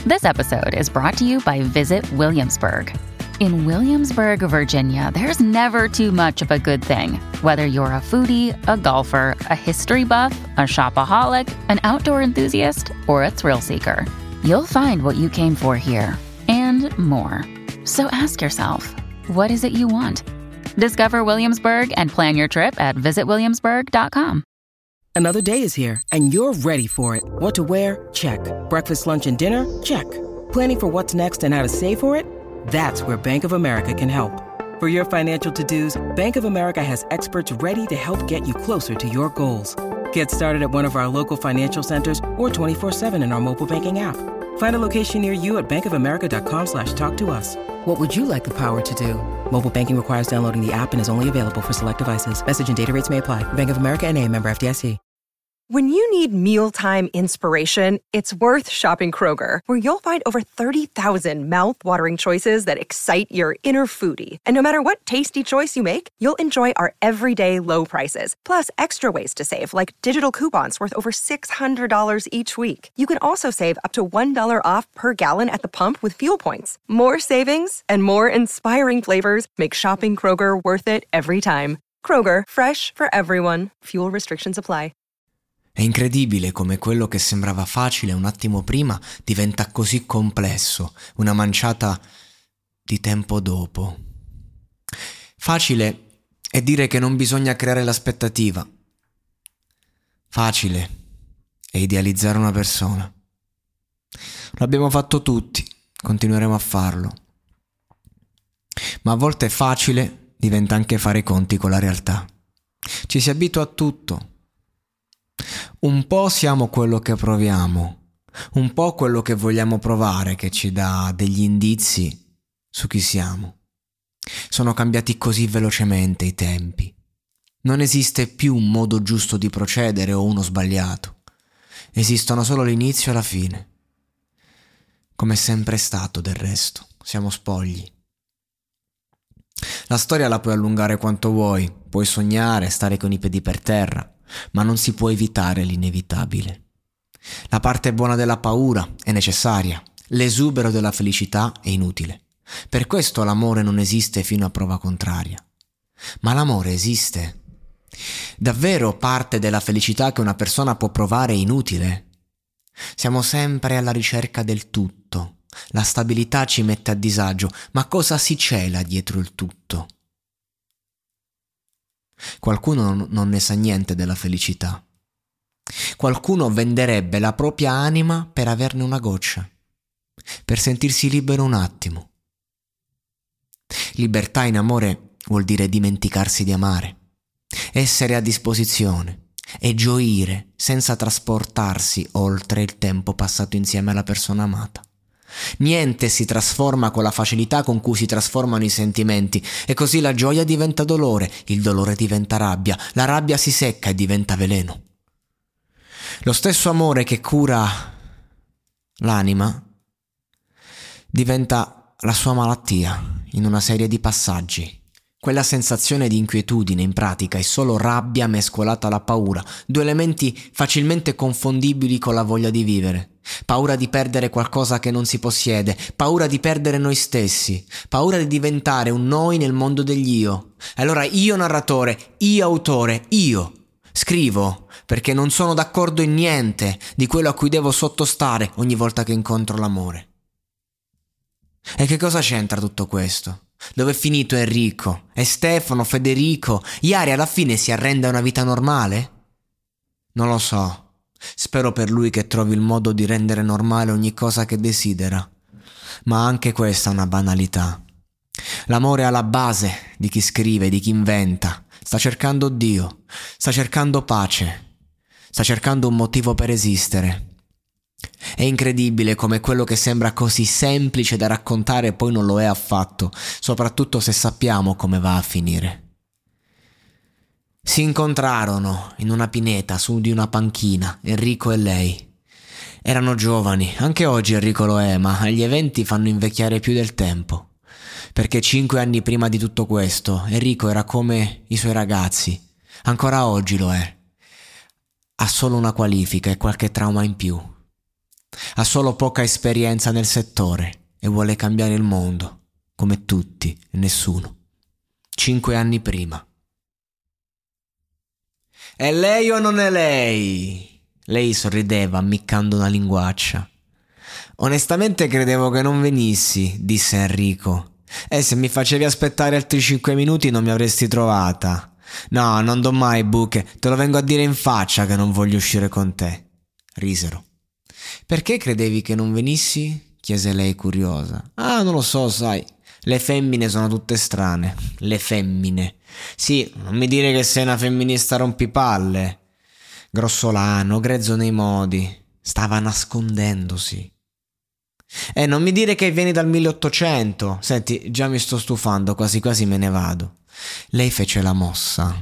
This episode is brought to you by Visit Williamsburg. In Williamsburg, Virginia, there's never too much of a good thing. Whether you're a foodie, a golfer, a history buff, a shopaholic, an outdoor enthusiast, or a thrill seeker, you'll find what you came for here and more. So ask yourself, what is it you want? Discover Williamsburg and plan your trip at visitwilliamsburg.com. Another day is here, and you're ready for it. What to wear? Check. Breakfast, lunch, and dinner? Check. Planning for what's next and how to save for it? That's where Bank of America can help. For your financial to-dos, Bank of America has experts ready to help get you closer to your goals. Get started at one of our local financial centers or 24/7 in our mobile banking app. Find a location near you at bankofamerica.com/talktous. What would you like the power to do? Mobile banking requires downloading the app and is only available for select devices. Message and data rates may apply. Bank of America N.A., member FDIC. When you need mealtime inspiration, it's worth shopping Kroger, where you'll find over 30,000 mouth-watering choices that excite your inner foodie. And no matter what tasty choice you make, you'll enjoy our everyday low prices, plus extra ways to save, like digital coupons worth over $600 each week. You can also save up to $1 off per gallon at the pump with fuel points. More savings and more inspiring flavors make shopping Kroger worth it every time. Kroger, fresh for everyone. Fuel restrictions apply. È incredibile come quello che sembrava facile un attimo prima diventa così complesso, una manciata di tempo dopo. Facile è dire che non bisogna creare l'aspettativa. Facile è idealizzare una persona. L'abbiamo fatto tutti, continueremo a farlo. Ma a volte facile diventa anche fare i conti con la realtà. Ci si abitua a tutto. Un po' siamo quello che proviamo, un po' quello che vogliamo provare, che ci dà degli indizi su chi siamo. Sono cambiati così velocemente i tempi. Non esiste più un modo giusto di procedere o uno sbagliato. Esistono solo l'inizio e la fine. Come è sempre stato, del resto, siamo spogli. La storia la puoi allungare quanto vuoi, puoi sognare, stare con i piedi per terra, ma non si può evitare l'inevitabile. La parte buona della paura è necessaria, l'esubero della felicità è inutile. Per questo l'amore non esiste fino a prova contraria. Ma l'amore esiste. Davvero parte della felicità che una persona può provare è inutile? Siamo sempre alla ricerca del tutto. La stabilità ci mette a disagio, ma cosa si cela dietro il tutto? Qualcuno non ne sa niente della felicità. Qualcuno venderebbe la propria anima per averne una goccia, per sentirsi libero un attimo. Libertà in amore vuol dire dimenticarsi di amare, essere a disposizione e gioire senza trasportarsi oltre il tempo passato insieme alla persona amata. Niente si trasforma con la facilità con cui si trasformano i sentimenti, e così la gioia diventa dolore, il dolore diventa rabbia, la rabbia si secca e diventa veleno. Lo stesso amore che cura l'anima diventa la sua malattia in una serie di passaggi. Quella sensazione di inquietudine in pratica è solo rabbia mescolata alla paura, due elementi facilmente confondibili con la voglia di vivere. Paura di perdere qualcosa che non si possiede, paura di perdere noi stessi, paura di diventare un noi nel mondo degli io. Allora io narratore, io autore, io scrivo perché non sono d'accordo in niente di quello a cui devo sottostare ogni volta che incontro l'amore. E che cosa c'entra tutto questo? Dove è finito Enrico? E Stefano, Federico? Iari alla fine si arrende a una vita normale? Non lo so. Spero per lui che trovi il modo di rendere normale ogni cosa che desidera. Ma anche questa è una banalità. L'amore è alla base di chi scrive, di chi inventa. Sta cercando Dio, sta cercando pace, sta cercando un motivo per esistere. È incredibile come quello che sembra così semplice da raccontare poi non lo è affatto, soprattutto se sappiamo come va a finire. Si incontrarono in una pineta su di una panchina, Enrico e lei. Erano giovani, anche oggi Enrico lo è, ma gli eventi fanno invecchiare più del tempo. Perché 5 anni prima di tutto questo, Enrico era come i suoi ragazzi, ancora oggi lo è. Ha solo una qualifica e qualche trauma in più. Ha solo poca esperienza nel settore e vuole cambiare il mondo, come tutti e nessuno. 5 anni prima. È lei o non è lei? Lei sorrideva ammiccando una linguaccia. Onestamente credevo che non venissi, disse Enrico. Se mi facevi aspettare altri 5 minuti non mi avresti trovata. No, non do mai buche, te lo vengo a dire in faccia che non voglio uscire con te. Risero. Perché credevi che non venissi? Chiese lei curiosa. Non lo so, sai. Le femmine sono tutte strane. Le femmine. Sì, non mi dire che sei una femminista rompipalle. Grossolano, grezzo nei modi. Stava nascondendosi. Non mi dire che vieni dal 1800. Senti, già mi sto stufando, quasi quasi me ne vado. Lei fece la mossa.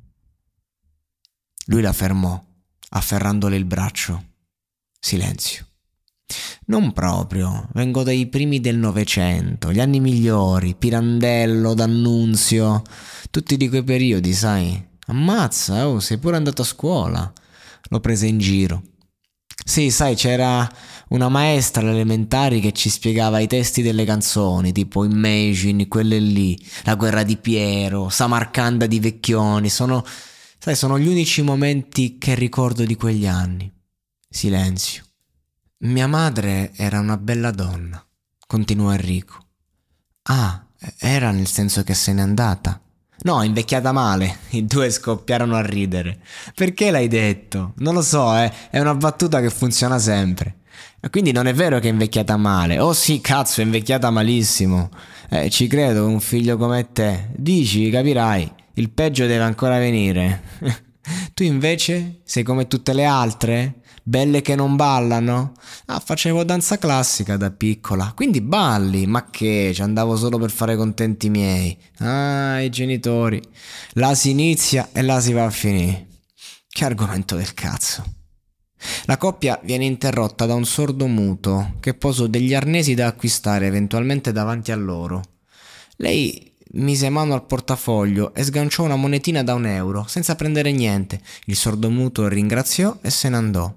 Lui la fermò, afferrandole il braccio. Silenzio. Non proprio, vengo dai primi del Novecento, gli anni migliori, Pirandello, D'Annunzio, tutti di quei periodi, sai. Ammazza, sei pure andato a scuola. L'ho presa in giro. Sì, sai, c'era una maestra alle elementari che ci spiegava i testi delle canzoni, tipo Imagine, quelle lì, La guerra di Piero, Samarcanda di Vecchioni, sono gli unici momenti che ricordo di quegli anni. Silenzio. Mia madre era una bella donna, continuò Enrico. Era nel senso che se n'è andata? No, invecchiata male. I due scoppiarono a ridere. Perché l'hai detto? Non lo so, è una battuta che funziona sempre. Quindi non è vero che è invecchiata male. Oh sì, cazzo, è invecchiata malissimo. Ci credo, un figlio come te. Dici, capirai, il peggio deve ancora venire. Tu invece sei come tutte le altre? Belle che non ballano? Facevo danza classica da piccola. Quindi balli? Ma che? Ci andavo solo per fare contenti i miei. I genitori. La si inizia e la si va a finire. Che argomento del cazzo. La coppia viene interrotta da un sordo muto che posò degli arnesi da acquistare eventualmente davanti a loro. Lei mise mano al portafoglio e sganciò una monetina da €1 senza prendere niente. Il sordomuto ringraziò e se ne andò.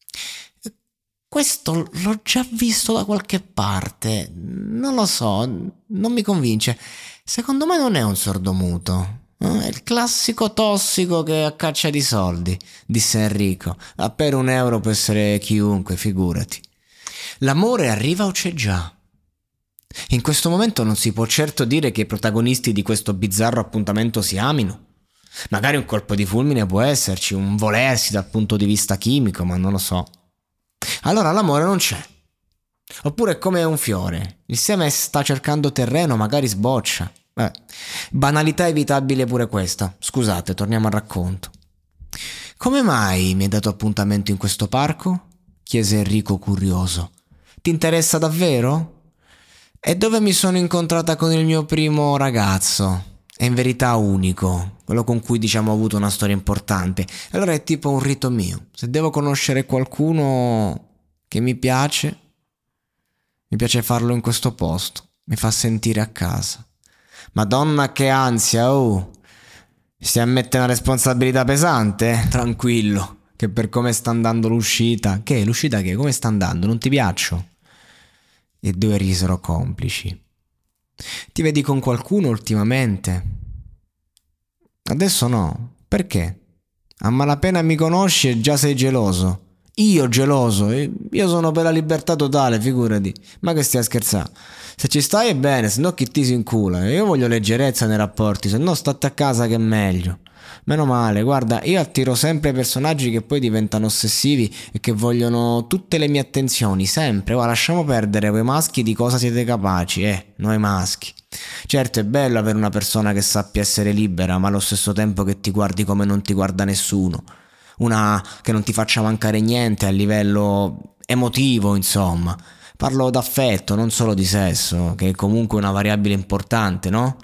Questo l'ho già visto da qualche parte. Non lo so, non mi convince. Secondo me non è un sordomuto. È il classico tossico che a caccia di soldi, disse Enrico. Per €1 può essere chiunque, figurati. L'amore arriva o c'è già? In questo momento non si può certo dire che i protagonisti di questo bizzarro appuntamento si amino. Magari un colpo di fulmine può esserci, un volersi dal punto di vista chimico, ma non lo so. Allora l'amore non c'è. Oppure è come un fiore. Il seme sta cercando terreno, magari sboccia. Banalità evitabile pure questa. Scusate, torniamo al racconto. Come mai mi hai dato appuntamento in questo parco? Chiese Enrico curioso. Ti interessa davvero? E dove mi sono incontrata con il mio primo ragazzo? È in verità unico, quello con cui ho avuto una storia importante. Allora è tipo un rito mio. Se devo conoscere qualcuno che mi piace farlo in questo posto. Mi fa sentire a casa. Madonna che ansia, Stai a mettere una responsabilità pesante? Tranquillo, che per come sta andando l'uscita. Che? L'uscita che? Come sta andando? Non ti piaccio? E due risero complici. Ti vedi con qualcuno ultimamente? Adesso no. Perché? A malapena mi conosci e già sei geloso. Io geloso? Io sono per la libertà totale, figurati. Ma che stai a scherzare? Se ci stai è bene, se no chi ti si incula. Io voglio leggerezza nei rapporti, se no state a casa che è meglio. Meno male, guarda, io attiro sempre personaggi che poi diventano ossessivi e che vogliono tutte le mie attenzioni, sempre. Lasciamo perdere voi maschi di cosa siete capaci, noi maschi. Certo è bello avere una persona che sappia essere libera, ma allo stesso tempo che ti guardi come non ti guarda nessuno. Una che non ti faccia mancare niente a livello emotivo, insomma. Parlo d'affetto, non solo di sesso, che è comunque una variabile importante, no?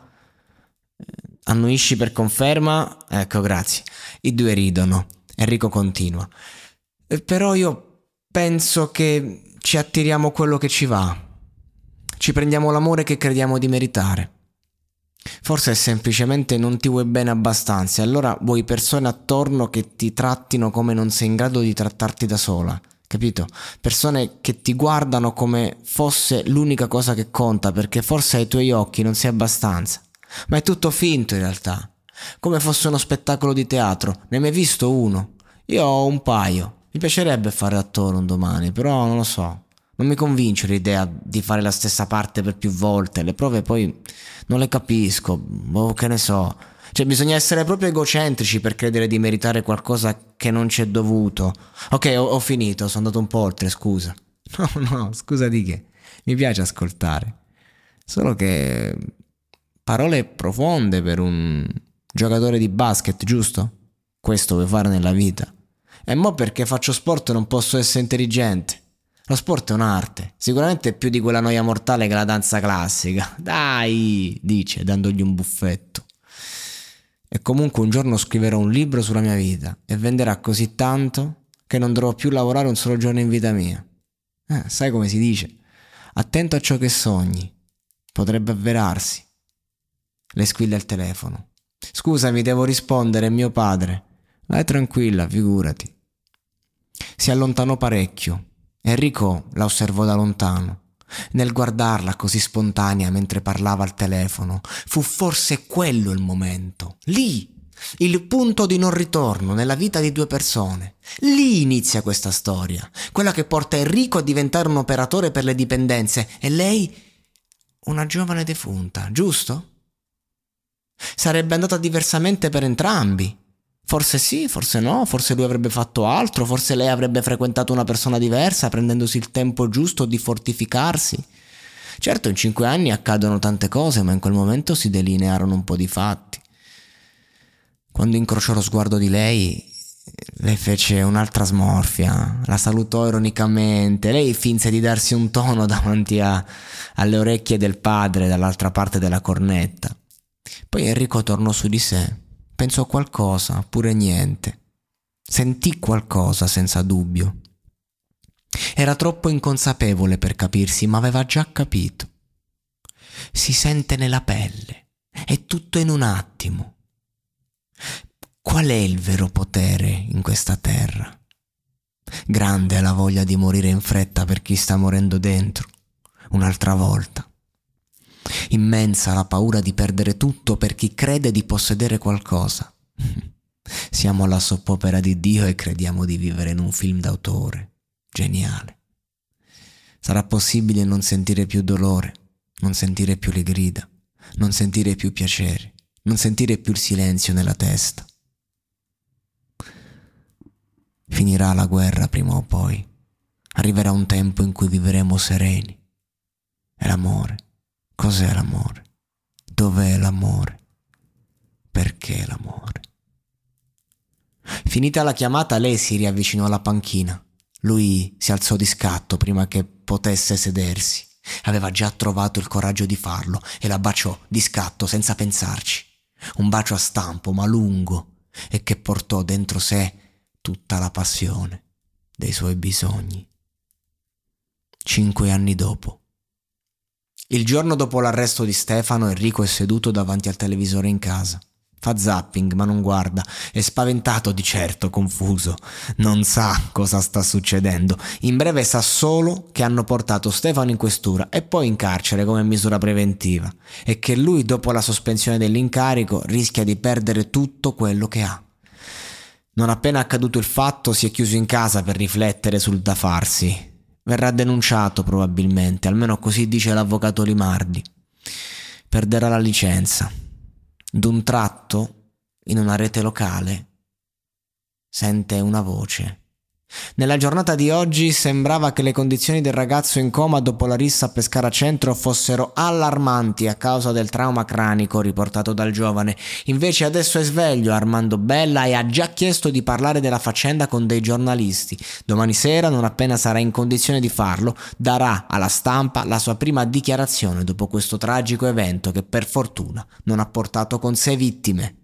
Annuisci per conferma? Ecco, grazie. I due ridono. Enrico continua. Però io penso che ci attiriamo quello che ci va. Ci prendiamo l'amore che crediamo di meritare. Forse semplicemente non ti vuoi bene abbastanza e allora vuoi persone attorno che ti trattino come non sei in grado di trattarti da sola. capito? Persone che ti guardano come fosse l'unica cosa che conta, perché forse ai tuoi occhi non sei abbastanza, ma è tutto finto in realtà, come fosse uno spettacolo di teatro. Ne hai mai visto uno? Io ho un paio, mi piacerebbe fare attore un domani, però non lo so, non mi convince l'idea di fare la stessa parte per più volte, le prove poi non le capisco, che ne so. Cioè bisogna essere proprio egocentrici per credere di meritare qualcosa che non ci è dovuto. Ok, ho finito, sono andato un po' oltre, scusa. No, scusa di che? Mi piace ascoltare. Solo che parole profonde per un giocatore di basket, giusto? Questo vuoi fare nella vita. E mo' perché faccio sport non posso essere intelligente. Lo sport è un'arte, sicuramente più di quella noia mortale che la danza classica. Dai, dice, dandogli un buffetto. E comunque un giorno scriverò un libro sulla mia vita e venderà così tanto che non dovrò più lavorare un solo giorno in vita mia. Sai come si dice? Attento a ciò che sogni, potrebbe avverarsi. Le squilla il telefono. Scusami, devo rispondere, è mio padre. Vai tranquilla, figurati. Si allontanò parecchio. Enrico la osservò da lontano. Nel guardarla così spontanea mentre parlava al telefono, fu forse quello il momento. Lì, il punto di non ritorno nella vita di due persone. Lì inizia questa storia, quella che porta Enrico a diventare un operatore per le dipendenze e lei una giovane defunta, giusto? Sarebbe andata diversamente per entrambi. Forse sì, forse no, forse lui avrebbe fatto altro, forse lei avrebbe frequentato una persona diversa prendendosi il tempo giusto di fortificarsi. Certo, in 5 anni accadono tante cose, ma in quel momento si delinearono un po' di fatti. Quando incrociò lo sguardo di lei fece un'altra smorfia, la salutò ironicamente, lei finse di darsi un tono davanti alle orecchie del padre dall'altra parte della cornetta. Poi Enrico tornò su di sé. Pensò qualcosa, oppure niente. Sentì qualcosa senza dubbio. Era troppo inconsapevole per capirsi, ma aveva già capito. Si sente nella pelle, è tutto in un attimo. Qual è il vero potere in questa terra? Grande è la voglia di morire in fretta per chi sta morendo dentro, un'altra volta. Immensa la paura di perdere tutto per chi crede di possedere qualcosa. Siamo alla soppopera di Dio e crediamo di vivere in un film d'autore. Geniale. Sarà possibile non sentire più dolore, non sentire più le grida, non sentire più piacere, non sentire più il silenzio nella testa. Finirà la guerra prima o poi. Arriverà un tempo in cui vivremo sereni. E l'amore? Cos'è l'amore? Dov'è l'amore? Perché l'amore? Finita la chiamata, lei si riavvicinò alla panchina. Lui si alzò di scatto prima che potesse sedersi. Aveva già trovato il coraggio di farlo e la baciò di scatto senza pensarci. Un bacio a stampo, ma lungo, e che portò dentro sé tutta la passione dei suoi bisogni. 5 anni dopo. Il giorno dopo l'arresto di Stefano, Enrico è seduto davanti al televisore in casa. Fa zapping, ma non guarda. È spaventato, di certo, confuso. Non sa cosa sta succedendo. In breve sa solo che hanno portato Stefano in questura e poi in carcere come misura preventiva e che lui, dopo la sospensione dell'incarico, rischia di perdere tutto quello che ha. Non appena accaduto il fatto, si è chiuso in casa per riflettere sul da farsi. Verrà denunciato probabilmente, almeno così dice l'avvocato Limardi. Perderà la licenza. D'un tratto, in una rete locale, sente una voce. Nella giornata di oggi sembrava che le condizioni del ragazzo in coma dopo la rissa a Pescara Centro fossero allarmanti a causa del trauma cranico riportato dal giovane. Invece adesso è sveglio Armando Bella e ha già chiesto di parlare della faccenda con dei giornalisti. Domani sera, non appena sarà in condizione di farlo, darà alla stampa la sua prima dichiarazione dopo questo tragico evento che per fortuna non ha portato con sé vittime.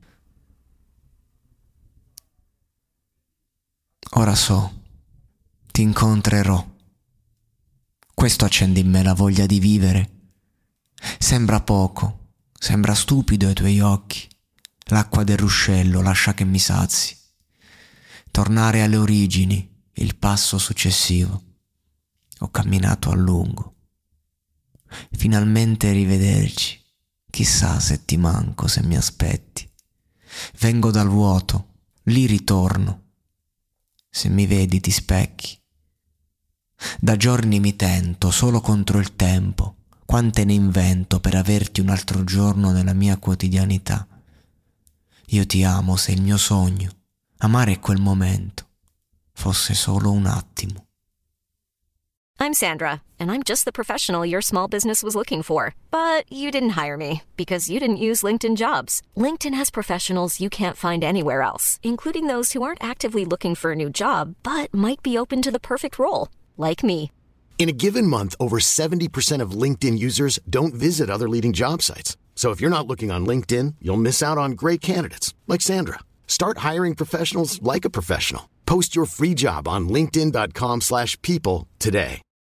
Ora so, ti incontrerò. Questo accende in me la voglia di vivere. Sembra poco, sembra stupido ai tuoi occhi. L'acqua del ruscello lascia che mi sazi. Tornare alle origini, Il passo successivo. Ho camminato a lungo. Finalmente rivederci. Chissà se ti manco, se mi aspetti. Vengo dal vuoto, lì ritorno. Se mi vedi ti specchi. Da giorni mi tento, solo contro il tempo. Quante ne invento per averti un altro giorno nella mia quotidianità. Io ti amo, sei il mio sogno. Amare è quel momento. Fosse solo un attimo. I'm Sandra, and I'm just the professional your small business was looking for. But you didn't hire me because you didn't use LinkedIn Jobs. LinkedIn has professionals you can't find anywhere else, including those who aren't actively looking for a new job, but might be open to the perfect role, like me. In a given month, over 70% of LinkedIn users don't visit other leading job sites. So if you're not looking on LinkedIn, you'll miss out on great candidates like Sandra. Start hiring professionals like a professional. Post your free job on linkedin.com/people today.